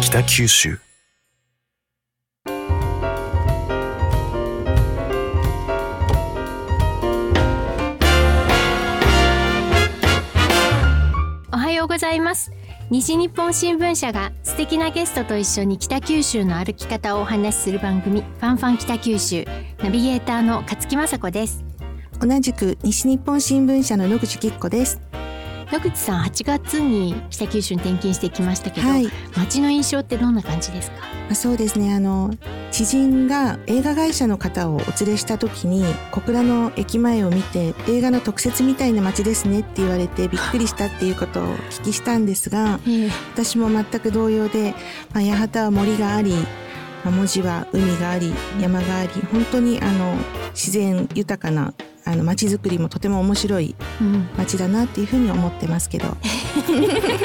北九州。 おはようございます。西日本新聞社が素敵なゲストと一緒に北九州の歩き方をお話しする番組、ファンファン北九州。ナビゲーターの勝木雅子です。 同じく西日本新聞社の野口吉子です。 野口さん、8月に北九州に転勤してきましたけど、 はい、 街の印象ってどんな感じですか？ そうですね、知人が映画会社の方をお連れした時に小倉の駅前を見て、映画の特設みたいな街ですねって言われてびっくりしたっていうことをお聞きしたんですが、私も全く同様で、八幡は森があり、門司は海があり、山があり、本当に自然豊かな街づくりもとても面白い街だなっていうふうに思ってますけど、 特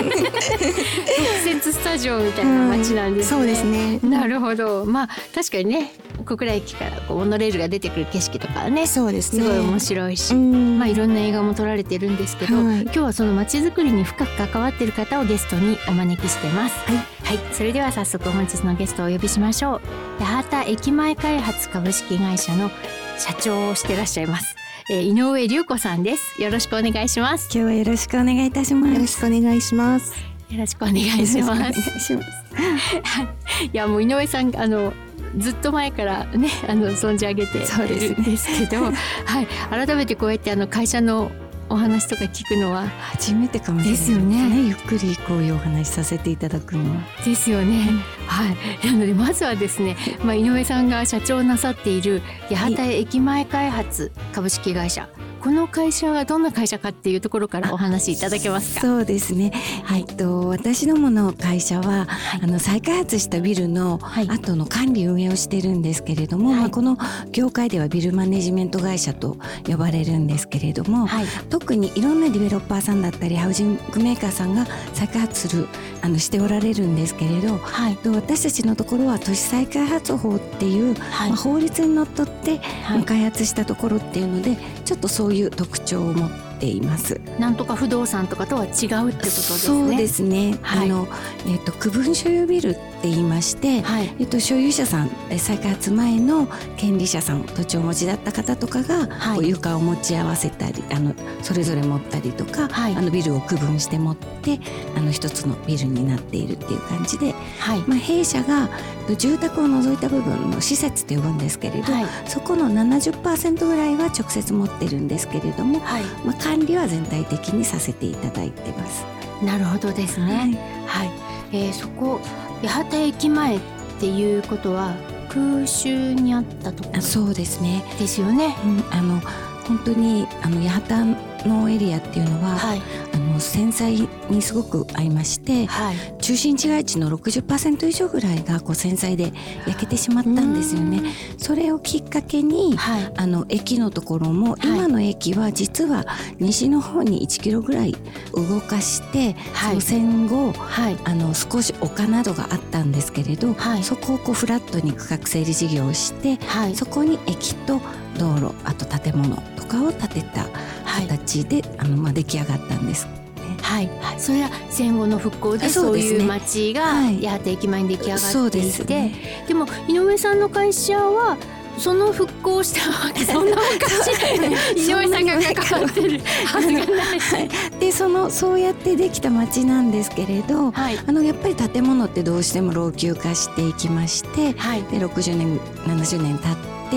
設スタジオみたいな街なんですね。 そうですね。 なるほど。確かにね、小倉駅からモノレールが出てくる景色とかね、 そうですね、 すごい面白いし、いろんな映画も撮られてるんですけど、今日はその街づくりに深く関わっている方をゲストにお招きしてます。はい、それでは早速本日のゲストをお呼びしましょう。八幡駅前開発株式会社の社長をしてらっしゃいます、井上隆子さんです。よろしくお願いします。 今日はよろしくお願いいたします。 よろしくお願いします。 よろしくお願いします。いや、もう井上さんずっと前からね存じ上げてるんですけど、改めてこうやって会社のお話とか聞くのは初めてかもしれないですね。ゆっくりこういうお話させていただくのはですよね。なのでまずはですね、井上さんが社長をなさっている八幡駅前開発株式会社、この会社はどんな会社かっていうところからお話しいただけますか？ そうですね、私どもの会社は、再開発したビルの後の管理運営をしているんですけれども、この業界ではビルマネジメント会社と呼ばれるんですけれども、特にいろんなディベロッパーさんだったりハウジングメーカーさんが再開発しておられるんですけれど、私たちのところは都市再開発法っていう、法律にのっとって、開発したところっていうので、ちょっとそういう特徴を持っています。 なんとか不動産とかとは違うってことですね。 そうですね、区分所有ビルって言いまして、所有者さん、再開発前の権利者さん、土地をお持ちだった方とかが、床を持ち合わせたりそれぞれ持ったりとか、ビルを区分して持って一つのビルになっているっていう感じで、弊社が住宅を除いた部分の施設と呼ぶんですけれど、そこの 70% ぐらいは直接持ってるんですけれども、管理は全体的にさせていただいてます。 なるほどですね。そこ八幡駅前っていうことは空襲にあったところ？ そうですね。 ですよね。 本当に八幡のエリアっていうのは、戦災にすごく合いまして、中心市街地の 60% 以上ぐらいが戦災で焼けてしまったんですよね。それをきっかけに、駅のところも、今の駅は実は西の方に1キロぐらい動かして、その戦後、少し丘などがあったんですけれど、そこをフラットに区画整理事業をして、そこに駅と道路、あと建物とかを建てた形で、出来上がったんです。 それは戦後の復興でそういう街が八幡駅前に出来上がっていて、でも井上さんの会社はその復興したわけ、そんな昔井上さんが関わってるはずがない。 でそうやってできた街なんですけれど、やっぱり建物ってどうしても老朽化していきまして、で60年70年経って、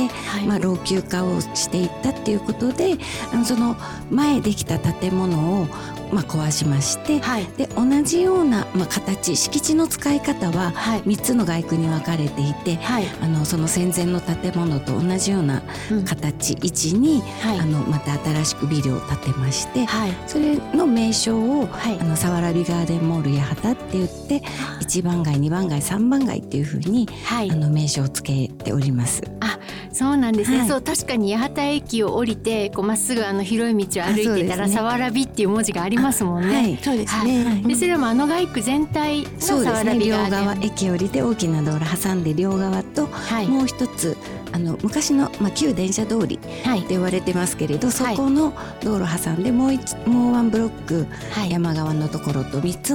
老朽化をしていったっていうことで、その前できた建物を壊しまして、で同じような、形、敷地の使い方は3つの街区に分かれていて、その戦前の建物と同じような形、位置に、また新しくビルを建てまして、それの名称を、さわらびガーデンモール八幡って言って、1番街2番街3番街っていうふうに、名称をつけております。 そうなんですね。そう、確かに八幡駅を降りてまっすぐ広い道を歩いてたら、さわらびっていう文字がありますもんね。 そうですね。 でそれも街区全体がさわらびガーデン。 両側、駅降りて大きな道路挟んで両側と、もう一つ昔の、旧電車通りって言われてますけれど、そこの道路挟んでもうワンブロック、山側のところと3つの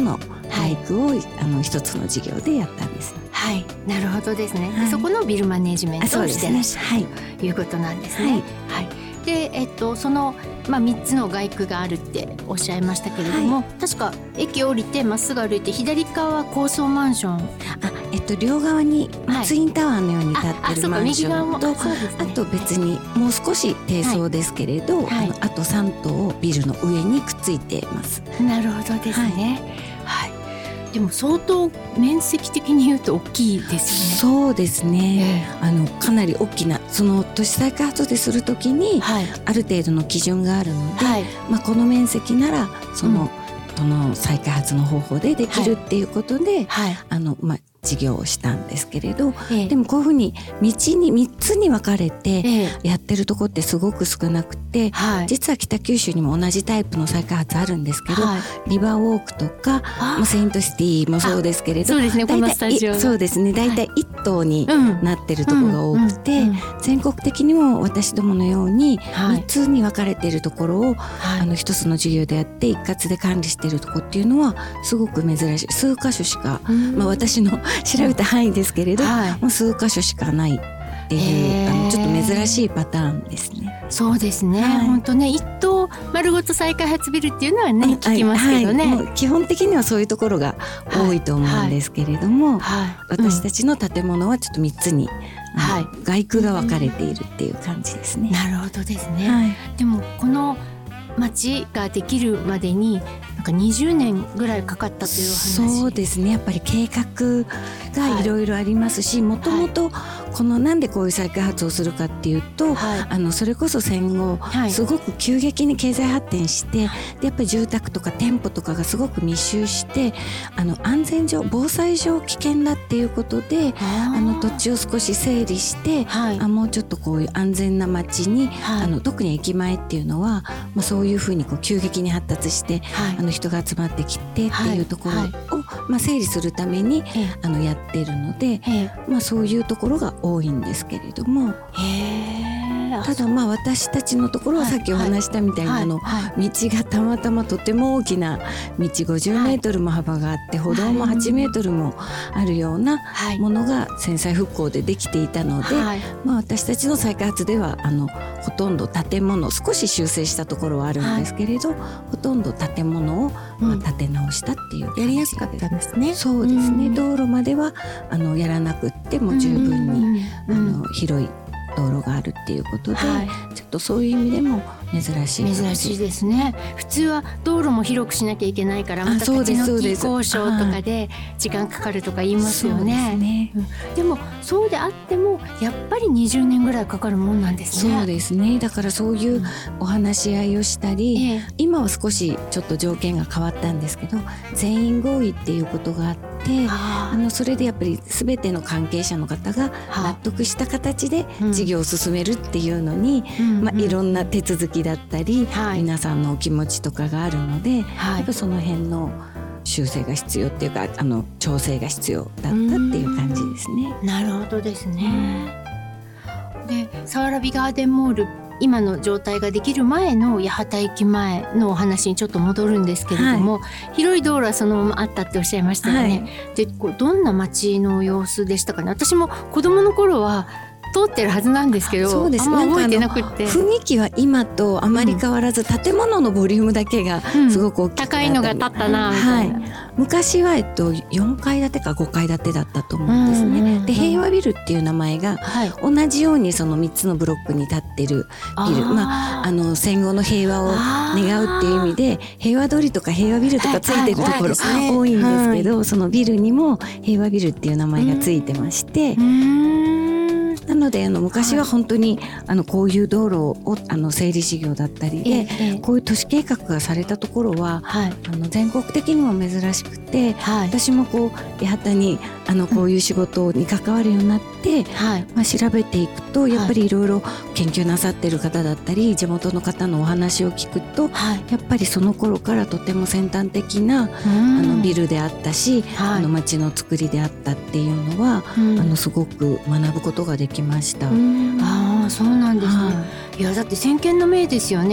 俳句を一つの授業でやったんです。 はい、なるほどですね。そこのビルマネジメントをしてらっしゃるということなんですね。はい。で、その3つの街区があるっておっしゃいましたけれども、確か駅降りてまっすぐ歩いて左側は高層マンション。 両側にツインタワーのように立ってるマンションと、あと別にもう少し低層ですけれど、あと3棟ビルの上にくっついています。 なるほどですね。はい。でも相当面積的に言うと大きいですよね。そうですね。かなり大きなその都市再開発でするときに、ある程度の基準があるので、この面積ならその再開発の方法でできるっていうことで、事業をしたんですけれど、でもこういうふうに道に3つに分かれてやってるとこってすごく少なくて、実は北九州にも同じタイプの再開発あるんですけど、リバーウォークとかセイントシティもそうですけれど、 そうですね、このスタジオそうですね、だいたい1棟になってるところが多くて、全国的にも私どものように3つに分かれているところを一つの事業でやって一括で管理しているところっていうのはすごく珍しい。数箇所しか、私の調べた範囲ですけれど、もう数箇所しかないっていうちょっと珍しいパターンですね。 そうですね、本当ね、一棟丸ごと再開発ビルっていうのはね、聞きますけどね、 もう基本的にはそういうところが多いと思うんですけれども、私たちの建物はちょっと3つに街区が分かれているっていう感じですね。 なるほどですね。でもこの町ができるまでになんか20年ぐらいかかったという話。 そうですね、やっぱり計画がいろいろありますし、もともとこのなんでこういう再開発をするかっていうと、それこそ戦後、すごく急激に経済発展して、でやっぱり住宅とか店舗とかがすごく密集して、安全上防災上危険だっていうことで土地を少し整理して、もうちょっとこういう安全な街に、特に駅前っていうのは、そういうふうにこう急激に発達して、人が集まってきてっていうところを、整理するためにやっているので、そういうところが多いんですけれども、ただ私たちのところはさっきお話したみたいな道がたまたまとても大きな道50メートルも幅があって歩道も8メートルもあるようなものが戦災復興でできていたので、私たちの再開発ではほとんど建物少し修正したところはあるんですけれど、ほとんど建物を建て直したっていうやりやすかったんですね。 そうですね、道路まではやらなくっても十分に広い道路があるっていうことで、ちょっとそういう意味でも珍しいですね。普通は道路も広くしなきゃいけないから、また立ち退き交渉とかで時間かかるとか言いますよね。でもそうであってもやっぱり20年ぐらいかかるもんなんですね。 そうですね、だからそういうお話し合いをしたり、今は少しちょっと条件が変わったんですけど、全員合意っていうことがあって、それでやっぱり全ての関係者の方が納得した形で事業を進めるっていうのに、いろんな手続きだったり、皆さんのお気持ちとかがあるので、やっぱその辺の修正が必要っていうか調整が必要だったっていう感じですね。 なるほどですね。で、早蕨ガーデンモール、今の状態ができる前の八幡駅前のお話にちょっと戻るんですけれども、広い道路はそのままあったっておっしゃいましたよね。で、どんな街の様子でしたかね。私も子供の頃は通ってるはずなんですけど、 そうです、 あんま覚えてなくって、 雰囲気は今とあまり変わらず、建物のボリュームだけがすごく大きく高いのが建ったなみたいな。 昔は4階建てか5階建てだったと思うんですね。で、平和ビルっていう名前が同じようにその3つのブロックに立ってるビル、戦後の平和を願うっていう意味で平和通りとか平和ビルとかついてるところ多いんですけど、そのビルにも平和ビルっていう名前がついてまして、なので昔は本当にこういう道路を整備事業だったりで、こういう都市計画がされたところは、全国的にも珍しくて、私もこう八幡にこういう仕事に関わるようになって、調べていくとやっぱりいろいろ研究なさってる方だったり地元の方のお話を聞くと、やっぱりその頃からとても先端的なビルであったし、街の作りであったっていうのは、すごく学ぶことができました。 そうなんですね。いや、だって先見の明ですよね。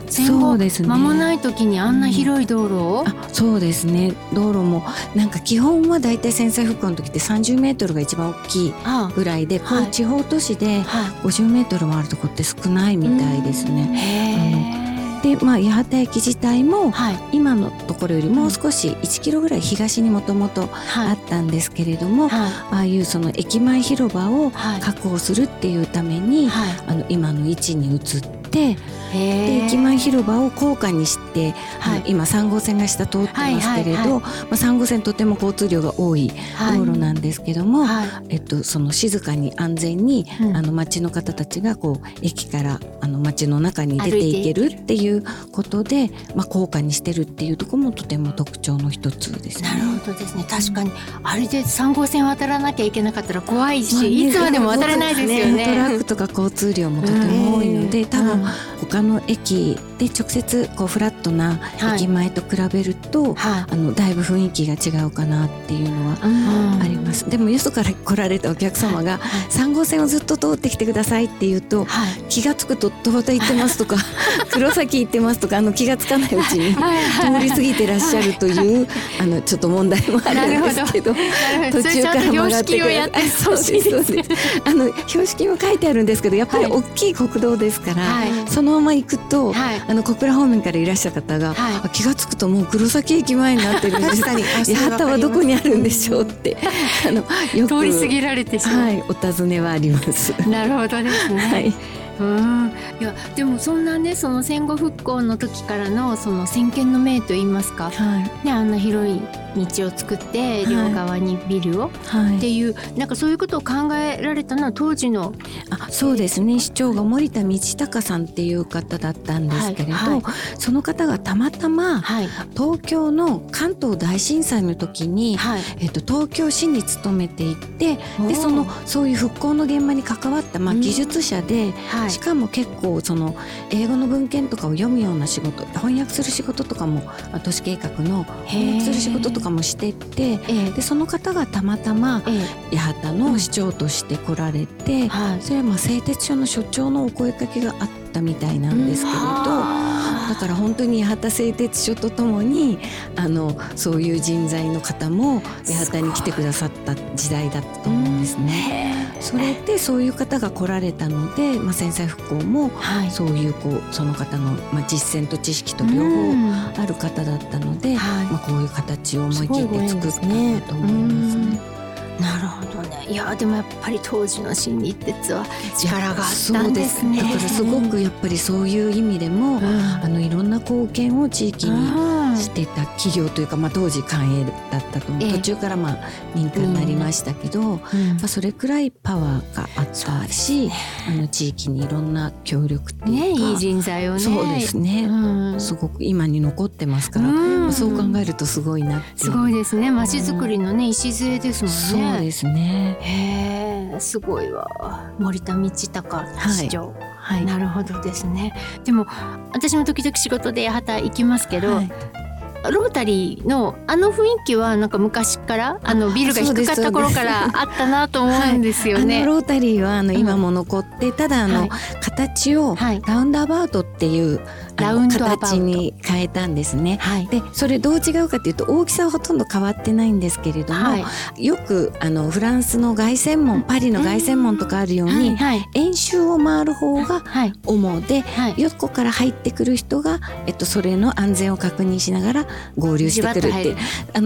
戦後間もない時にあんな広い道路を、 そうですね。道路もなんか基本はだいたい戦災復興の時って30メートルが一番大きいぐらいで、こう地方都市で50メートルもあるところって少ないみたいですね。で八幡駅自体も今のところよりもう少し1キロぐらい東にもともとあったんですけれども、ああいうその駅前広場を確保するっていうために、今の位置に移ってで駅前広場を高架にして、今3号線が下通ってますけれど、3号線とても交通量が多い道路なんですけども、その静かに安全に、町の方たちがこう駅から町の中に出ていけるっていうことで、高架にしてるっていうところもとても特徴の一つですね。 なるほどですね。確かにあれで3号線渡らなきゃいけなかったら怖いし、いつまでも渡れないですよね。 トラックとか交通量もとても多いので、多分他の駅で直接こうフラットな駅前と比べると、だいぶ雰囲気が違うかなっていうのはあります。でもよそから来られたお客様が3号線をずっと通ってきてくださいって言うと、気がつくと戸端行ってますとか黒崎行ってますとか気がつかないうちに通り過ぎてらっしゃるというちょっと問題もあるんですけど、途中から曲がってくる。そうですそうです。標識も書いてあるんですけど、やっぱり大きい国道ですから、そのまま行くと、小倉方面からいらっしゃる方が、気がつくともう黒崎駅前になってるんです八幡はどこにあるんでしょうってよく通り過ぎられてしまう、 お尋ねはあります。 なるほどですね。いやでもそんなね、その戦後復興の時からのその先見の明といいますか、あんな広い道を作って両側にビルを、っていうなんかそういうことを考えられたのは当時のそうですね、市長が森田道隆さんっていう方だったんですけれど、その方がたまたま、東京の関東大震災の時に、東京市に勤めていて、でそういう復興の現場に関わった、技術者で、しかも結構その英語の文献とかを読むような仕事、翻訳する仕事とかも、都市計画の翻訳する仕事とかもしてて、でその方がたまたま八幡の市長として来られて、それは製鉄所の所長のお声かけがあったみたいなんですけれど、だから本当に八幡製鉄所とともにそういう人材の方も八幡に来てくださった時代だったと思うんですね。それでそういう方が来られたので、戦災復興もそういうその方の実践と知識と両方ある方だったので、こういう形を思い切って作ったんだと思いますね。 なるほどね。いやでもやっぱり当時の新日鉄は力があったんですね。 だからすごくやっぱりそういう意味でも、いろんな貢献を地域にしてた企業というか、当時官営だったと思う、途中から民間になりましたけど、それくらいパワーがあったし、地域にいろんな協力っていうか、 いい人材をね、 そうですね、すごく今に残ってますから、そう考えるとすごいなって。 すごいですね。街づくりのね、礎ですもんね。 そうですね。 すごいわ。森田道隆市長、なるほどですね。でも私も時々仕事で八幡行きますけど、ロータリーの雰囲気はなんか昔からビルが低かった頃からあったなと思うんですよね。 ロータリーは今も残って、ただ形をラウンドアバウトっていう形に変えたんですね。でそれどう違うかというと、大きさはほとんど変わってないんですけれども、よくフランスの凱旋門、パリの凱旋門とかあるように、円周を回る方が主で、横から入ってくる人が、それの安全を確認しながら合流してくるっていう、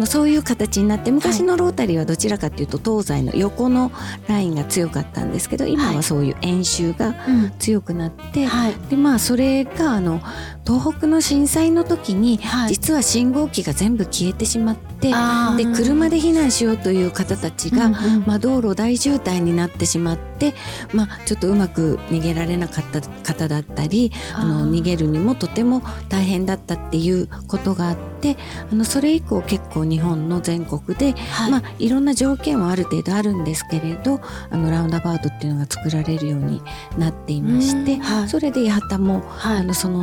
そういう形になって、昔のロータリーはどちらかというと東西の横のラインが強かったんですけど、今はそういう円周が強くなって、でそれが東北の震災の時に、実は信号機が全部消えてしまって、で車で避難しようという方たちが、道路大渋滞になってしまって、ちょっとうまく逃げられなかった方だったり、逃げるにもとても大変だったっていうことがあって、それ以降結構日本の全国で、いろんな条件はある程度あるんですけれど、ラウンドアバウトっていうのが作られるようになっていまして、それで八幡も、その流れで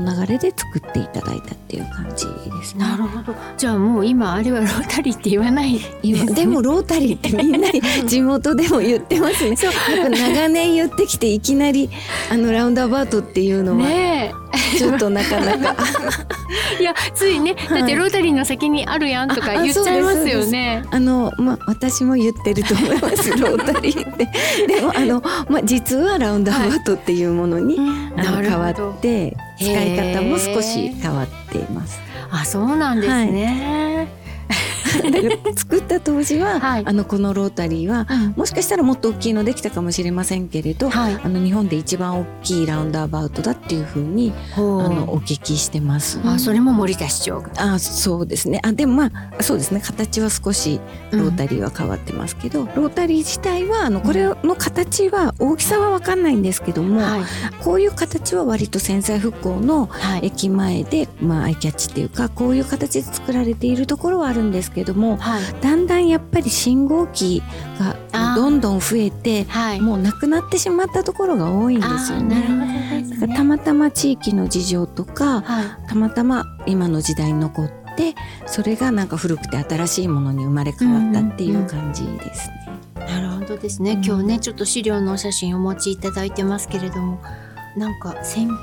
で作っていただいたっていう感じですね。 なるほど。じゃあもう今あれはロータリーって言わないですね。 でもロータリーってみんな地元でも言ってますね。そう、やっぱ長年言ってきていきなりラウンドアバウトっていうのはちょっとなかなかいやついね、だってロータリーの先にあるやんとか言っちゃいますよね。 私も言ってると思いますロータリーってでも実はラウンドアバウトっていうものに、変わって使い方も少し変わっています。 あ、そうなんですね。 だから作った当時は、このロータリーは、もしかしたらもっと大きいのできたかもしれませんけれど、日本で一番大きいラウンドアバウトだっていうふうにお聞きしてます。 それも森田市長が。 そうですね。でもそうですね、形は少しロータリーは変わってますけど、ロータリー自体はこれの形は大きさは分かんないんですけども、こういう形は割と戦災復興の駅前で、アイキャッチっていうかこういう形で作られているところはあるんですけども、だんだんやっぱり信号機がどんどん増えて、もうなくなってしまったところが多いんですよね。だからたまたま地域の事情とか、たまたま今の時代に残ってそれがなんか古くて新しいものに生まれ変わったっていう感じですね。 なるほどですね。今日ねちょっと資料のお写真お持ちいただいてますけれども、なんか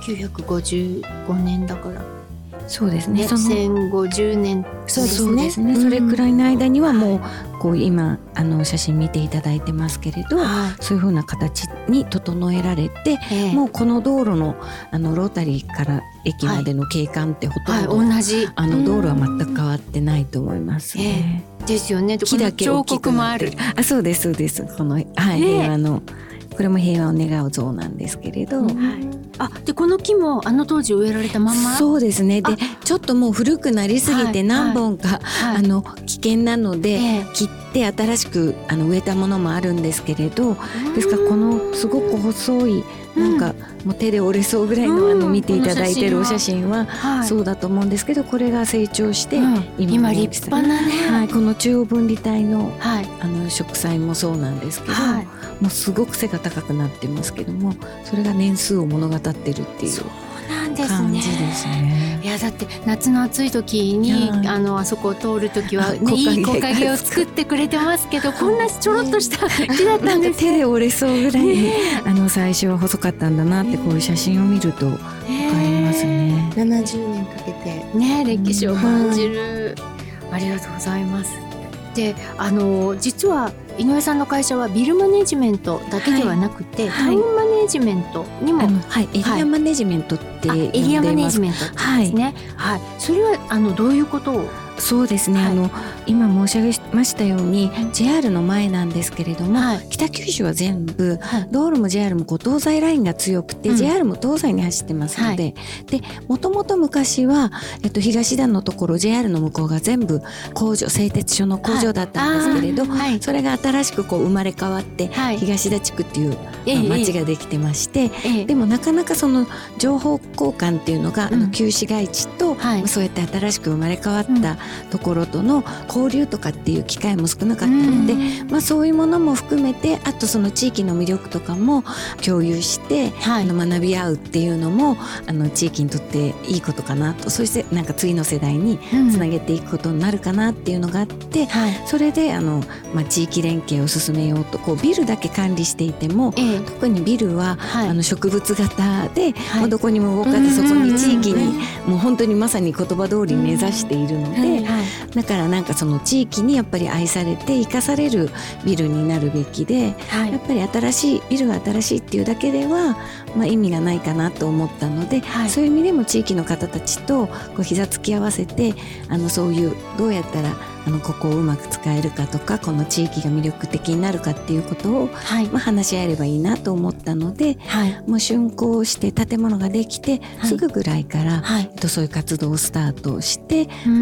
1955年だからそうですね。 1050年そうですね。それくらいの間にはもうこう今写真見ていただいてますけれど、そういう風な形に整えられて、もうこの道路のロータリーから駅までの景観ってほとんど、 同じ道路は全く変わってないと思いますね。 ですよね。木だけ彫刻もある。 そうですそうです。この平和のこれも平和を願う像なんですけれど、 でこの木も当時植えられたまま。 そうですね。でちょっともう古くなりすぎて何本か、危険なので、切って新しく植えたものもあるんですけれど、ですからこのすごく細いなんかもう手で折れそうぐらいの見ていただいてるお写真はそうだと思うんですけど、これが成長して今立派なね、 この中央分離帯の植栽もそうなんですけど、もうすごく背が高くなってますけども、それが年数を物語ってるっていう感じですね。 いやだって夏の暑い時にあそこを通る時は、いい木陰を作ってくれてますけど、こんなちょろっとした木だったんです。 手で折れそうぐらいに最初は細かったんだなってこういう写真を見ると分かりますね。 70年かけて歴史を感じる。ありがとうございます。で実は井上さんの会社はビルマネジメントだけではなくて、タウンマネジメントにも、 エリアマネジメントって呼んでます。 エリアマネジメントですね。それはどういうことを？ そうですね、今申し上げましたように JR の前なんですけれども、北九州は全部、道路も JR も東西ラインが強くて、JR も東西に走ってますので、もともと昔は、東田のところ JR の向こうが全部工場、製鉄所の工場だったんですけれど、それが新しくこう生まれ変わって、東田地区っていう町ができてまして、でもなかなかその情報交換っていうのが、旧市街地と、そうやって新しく生まれ変わったところとの交流とかっていう機会も少なかったので、そういうものも含めて、あとその地域の魅力とかも共有して、学び合うっていうのも地域にとっていいことかなと、そしてなんか次の世代につなげていくことになるかなっていうのがあって、それで地域連携を進めようと、こうビルだけ管理していても、特にビルは、植物型で、どこにも動かず、そこに地域にもう本当にまさに言葉通り目指しているので、だからなんかその地域にやっぱり愛されて生かされるビルになるべきで、やっぱり新しいビルが新しいっていうだけでは、意味がないかなと思ったので、そういう意味でも地域の方たちとこう膝つき合わせて、そういうどうやったらここをうまく使えるかとか、この地域が魅力的になるかっていうことを、話し合えればいいなと思ったので、もう竣工して建物ができてすぐぐらいから、そういう活動をスタートして、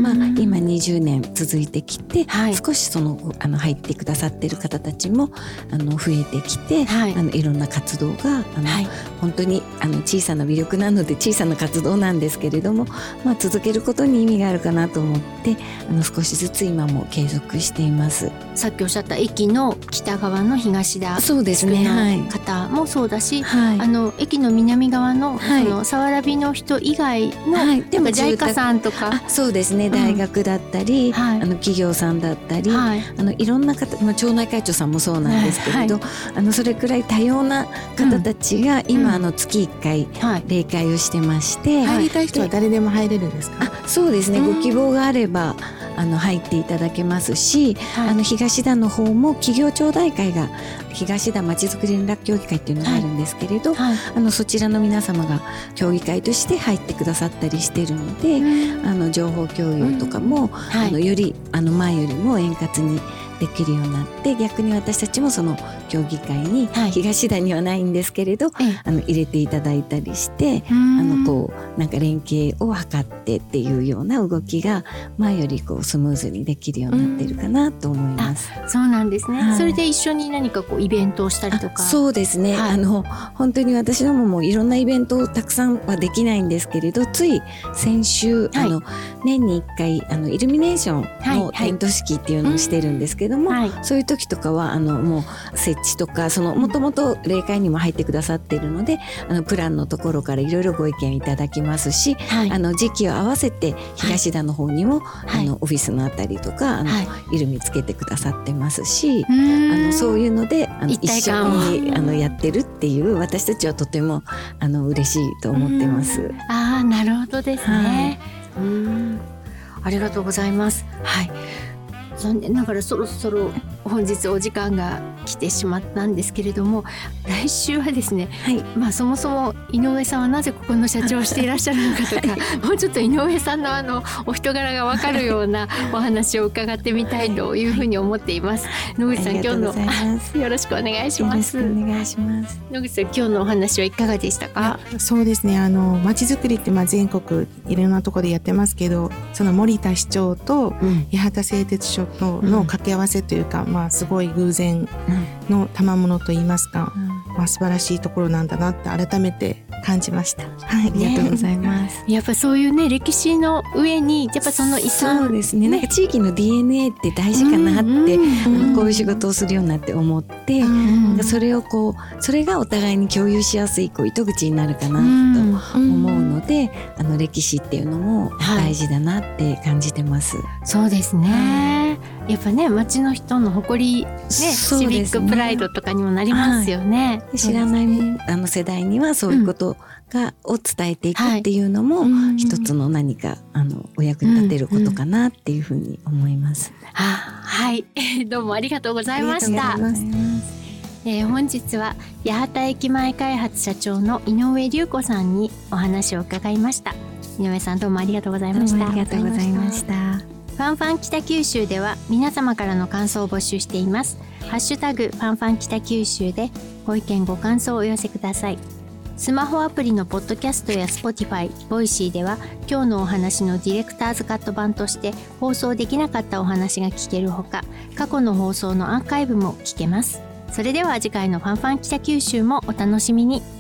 今20年続いてきて、少し入ってくださってる方たちも増えてきて、いろんな活動が本当に小さな魅力なので小さな活動なんですけれども、続けることに意味があるかなと思って少しずつ今も継続しています。 さっきおっしゃった駅の北側の東田地区の方もそうだし、駅の南側の早蕨の人以外の、でもJICAさんとか、 そうですね、大学だったり、企業さんだったり、いろんな方、町内会長さんもそうなんですけれど、それくらい多様な方たちが今月1回例会をしてまして、 入りたい人は誰でも入れるんですか？ そうですね、ご希望があれば入っていただけますし、東田の方も企業庁大会が東田まちづくり連絡協議会っていうのがあるんですけれど、そちらの皆様が協議会として入ってくださったりしているので、情報共有とかも、より前よりも円滑にできるようになって、逆に私たちもその協議会に、東田にはないんですけれど、入れていただいたりして、なんか連携を図ってっていうような動きが前よりスムーズにできるようになっているかなと思います。 そうなんですね。それで一緒に何かイベントをしたりとか。 そうですね、本当に私どももいろんなイベントをたくさんはできないんですけれど、つい先週、年に1回イルミネーションの点灯式っていうのをしてるんですけども、そういう時とかはもう設置とかもともと例会にも入ってくださっているので、プランのところからいろいろご意見いただきますし、時期を合わせて東田の方にも、オフィスのあたりとかイルミつけてくださってますし、そういうので一緒にやってるっていう、私たちはとても嬉しいと思ってます。 なるほどですね。ありがとうございます。残念ながらそろそろ本日お時間が来てしまったんですけれども、来週はですね、そもそも井上さんはなぜここの社長をしていらっしゃるのかとか、もうちょっと井上さんのお人柄が分かるようなお話を伺ってみたいというふうに思っています。野口さん、今日のよろしくお願いします。 よろしくお願いします。 野口さん、今日のお話はいかがでしたか？ そうですね、まちづくりって全国いろんなところでやってますけど、その森田市長と八幡製鉄所の掛け合わせというか、すごい偶然の賜物といいますか、素晴らしいところなんだなって改めて感じました。 ありがとうございます。 やっぱそういうね、歴史の上にやっぱその遺産、 そうですね、なんか地域の DNA って大事かなって、こういう仕事をするようになって思って、それをそれがお互いに共有しやすい糸口になるかなと思うので、歴史っていうのも大事だなって感じてます。 そうですね、やっぱね、町の人の誇り、シビックプライドとかにもなりますよね。 知らない世代にはそういうことを伝えていくっていうのも、一つの何かお役に立てることかなっていうふうに思います。 どうもありがとうございました。本日は八幡駅前開発社長の井上隆子さんにお話を伺いました。井上さん、どうもありがとうございました。 ありがとうございました。 ファンファン北九州では皆様からの感想を募集しています。ハッシュタグファンファン北九州でご意見ご感想をお寄せください。スマホアプリのポッドキャストや Spotify、ボイシーでは今日のお話のディレクターズカット版として放送できなかったお話が聞けるほか、過去の放送のアーカイブも聞けます。それでは次回のファンファン北九州もお楽しみに。